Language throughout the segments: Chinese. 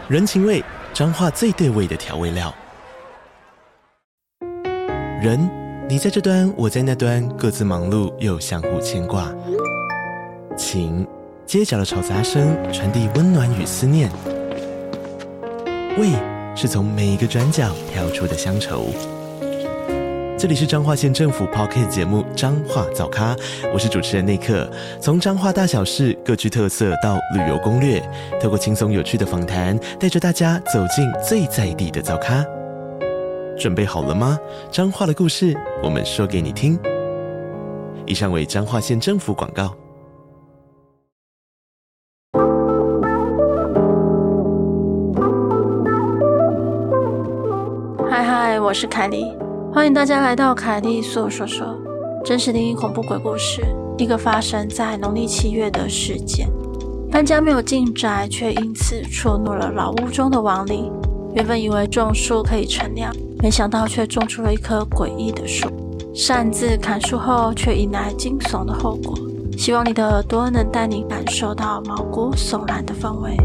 人情味，彰化最对味的调味料。人，你在这端，我在那端，各自忙碌又相互牵挂。情，街角的吵杂声传递温暖与思念。味，是从每一个转角跳出的乡愁。这里是彰化县政府 Podcast 节目《彰化早咖》，我是主持人内克。从彰化大小事各具特色到旅游攻略，透过轻松有趣的访谈，带着大家走进最在地的早咖。准备好了吗？彰化的故事，我们说给你听。以上为彰化县政府广告。 嗨，我是凯莉。欢迎大家来到凯莉诉说说，真实灵异恐怖鬼故事，一个发生在农历7月的事件。搬家没有进宅，却因此触怒了老屋中的亡灵。原本以为种树可以乘凉，没想到却种出了一棵诡异的树。擅自砍树后，却迎来惊悚的后果。希望你的耳朵能带你感受到毛骨悚然的氛围。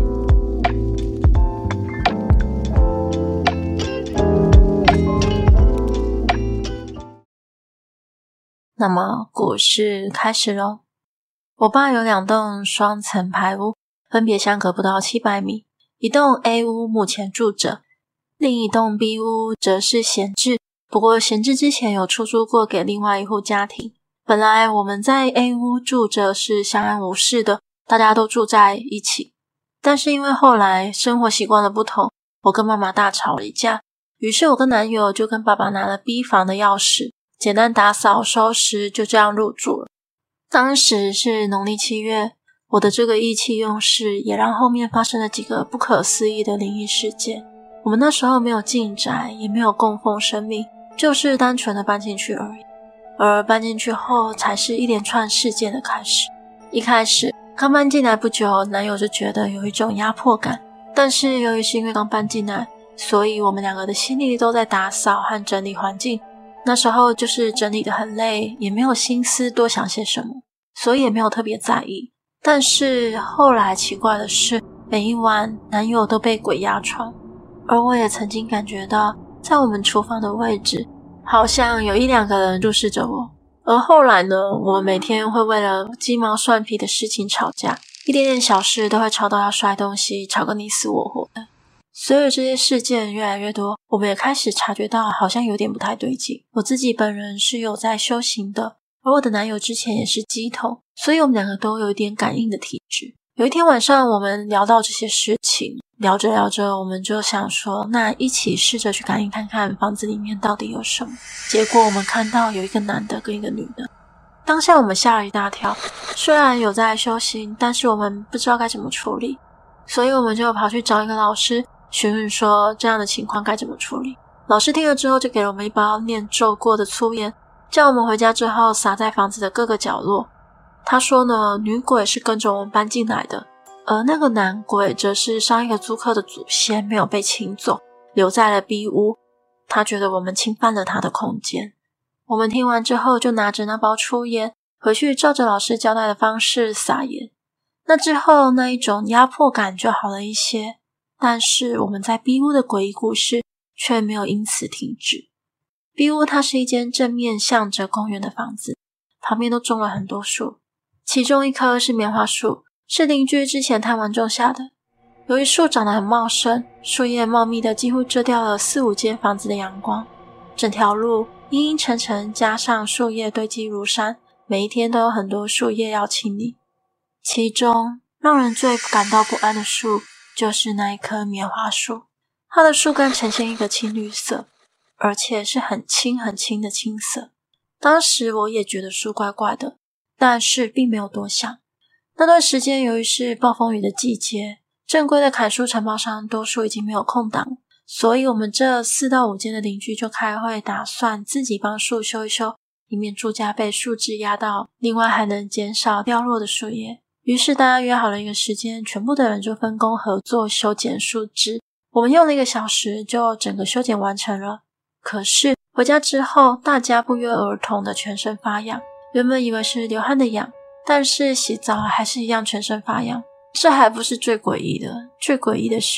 那么故事开始咯。我爸有2栋双层排屋，分别相隔不到700米。一栋 A 屋目前住着，另一栋 B 屋则是闲置，不过闲置之前有出租过给另外一户家庭。本来我们在 A 屋住着是相安无事的，大家都住在一起。但是因为后来生活习惯的不同，我跟妈妈大吵了一架，于是我跟男友就跟爸爸拿了 B 房的钥匙，简单打扫收拾，就这样入住了。当时是农历7月，我的这个意气用事也让后面发生了几个不可思议的灵异事件。我们那时候没有进宅，也没有供奉神明，就是单纯的搬进去而已。而搬进去后才是一连串事件的开始。一开始刚搬进来不久，男友就觉得有一种压迫感，但是由于是因为刚搬进来，所以我们2个的心力都在打扫和整理环境。那时候就是整理得很累，也没有心思多想些什么，所以也没有特别在意。但是后来奇怪的是，每一晚男友都被鬼压床，而我也曾经感觉到在我们厨房的位置好像有1-2个人注视着我。而后来呢，我们每天会为了鸡毛蒜皮的事情吵架，一点点小事都会吵到要摔东西，吵个你死我活的。随着这些事件越来越多，我们也开始察觉到好像有点不太对劲。我自己本人是有在修行的，而我的男友之前也是乩童，所以我们2个都有一点感应的体质。有一天晚上我们聊到这些事情，聊着聊着我们就想说，那一起试着去感应看看房子里面到底有什么。结果我们看到有一个男的跟一个女的。当下我们吓了一大跳，虽然有在修行，但是我们不知道该怎么处理，所以我们就跑去找一个老师询问说这样的情况该怎么处理。老师听了之后就给了我们一包念咒过的粗盐，叫我们回家之后撒在房子的各个角落。他说呢，女鬼是跟着我们搬进来的，而那个男鬼则是上一个租客的祖先没有被请走，留在了 B 屋。他觉得我们侵犯了他的空间。我们听完之后就拿着那包粗盐回去照着老师交代的方式撒盐。那之后那一种压迫感就好了一些，但是我们在 B 屋的诡异故事却没有因此停止。B 屋它是一间正面向着公园的房子，旁边都种了很多树，其中一棵是棉花树，是邻居之前贪玩种下的。由于树长得很茂盛，树叶茂密的几乎遮掉了4-5间房子的阳光，整条路阴阴沉沉，加上树叶堆积如山，每一天都有很多树叶要清理。其中让人最感到不安的树就是那一棵棉花树，它的树干呈现一个青绿色，而且是很轻很轻的青色。当时我也觉得树怪怪的，但是并没有多想。那段时间由于是暴风雨的季节，正规的砍树承包商多数已经没有空档，所以我们这4到5间的邻居就开会打算自己帮树修一修，以免树架被树枝压到，另外还能减少掉落的树叶。于是大家约好了一个时间，全部的人就分工合作修剪树枝。我们用了1个小时就整个修剪完成了。可是回家之后，大家不约而同的全身发痒，原本以为是流汗的痒，但是洗澡还是一样全身发痒。这还不是最诡异的，最诡异的是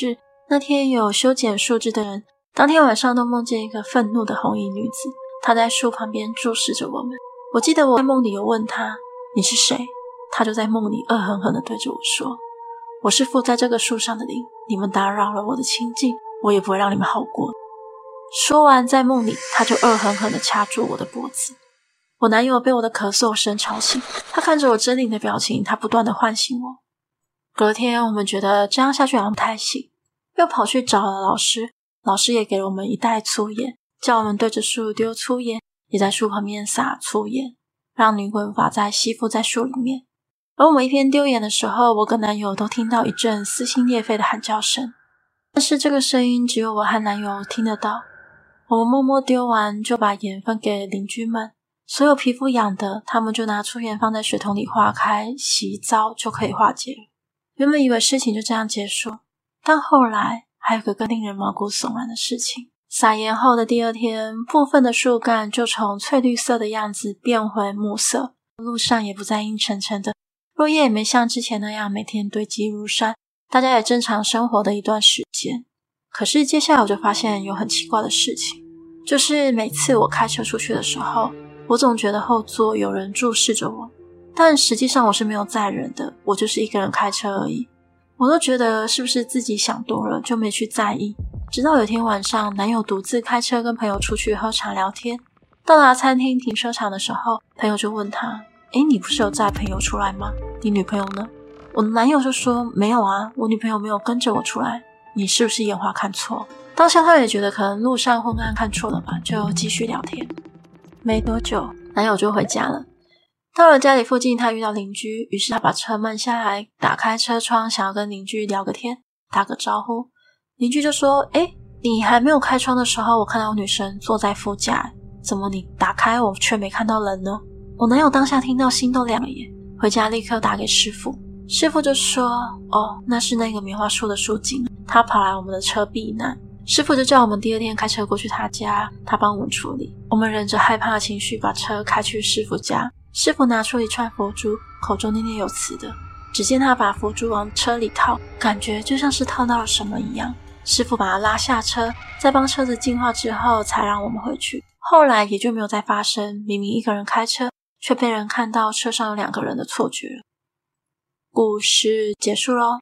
那天有修剪树枝的人，当天晚上都梦见一个愤怒的红衣女子，她在树旁边注视着我们。我记得我在梦里有问她，你是谁？她就在梦里恶狠狠地对着我说，我是附在这个树上的灵，你们打扰了我的清静，我也不会让你们好过。说完，在梦里她就恶狠狠地掐住我的脖子。我男友被我的咳嗽声吵醒，他看着我狰狞的表情，他不断地唤醒我。隔天我们觉得这样下去好像不太行，又跑去找了老师，老师也给了我们一袋粗盐，叫我们对着树丢粗盐，也在树旁边撒粗盐，让女鬼无法再吸附在树里面。而我们一边丢盐的时候，我跟男友都听到一阵撕心裂肺的喊叫声，但是这个声音只有我和男友听得到。我们默默丢完，就把盐分给邻居们，所有皮肤痒的，他们就拿粗盐放在水桶里化开，洗澡就可以化解了。原本以为事情就这样结束，但后来还有个更令人毛骨悚然的事情。撒盐后的第二天，部分的树干就从翠绿色的样子变回木色，路上也不再阴沉沉的，落叶也没像之前那样每天堆积如山，大家也正常生活的一段时间。可是接下来我就发现有很奇怪的事情，就是每次我开车出去的时候，我总觉得后座有人注视着我，但实际上我是没有载人的，我就是一个人开车而已。我都觉得是不是自己想多了，就没去在意。直到有天晚上，男友独自开车跟朋友出去喝茶聊天，到达餐厅停车场的时候，朋友就问他，你不是有载朋友出来吗？你女朋友呢？我的男友就说，没有啊，我女朋友没有跟着我出来，你是不是眼花看错？当下他也觉得可能路上昏暗看错了吧，就继续聊天。没多久，男友就回家了。到了家里附近，他遇到邻居，于是他把车慢下来，打开车窗，想要跟邻居聊个天，打个招呼。邻居就说，你还没有开窗的时候，我看到女生坐在副驾，怎么你打开我却没看到人呢？我男友当下听到心都凉了耶，回家立刻打给师傅。师傅就说，那是那个棉花树的树精，他跑来我们的车避难。师傅就叫我们第二天开车过去他家，他帮我们处理。我们忍着害怕的情绪把车开去师傅家，师傅拿出一串佛珠，口中念念有词的。只见他把佛珠往车里套，感觉就像是套到了什么一样。师傅把他拉下车，在帮车子净化之后才让我们回去。后来也就没有再发生明明一个人开车却被人看到车上有2个人的错觉了。故事结束咯。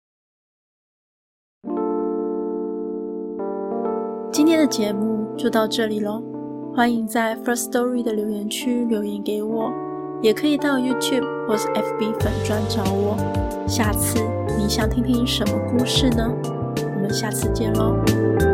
今天的节目就到这里咯，欢迎在 First Story 的留言区留言给我，也可以到 YouTube 或是 FB 粉专找我。下次你想听听什么故事呢？我们下次见咯。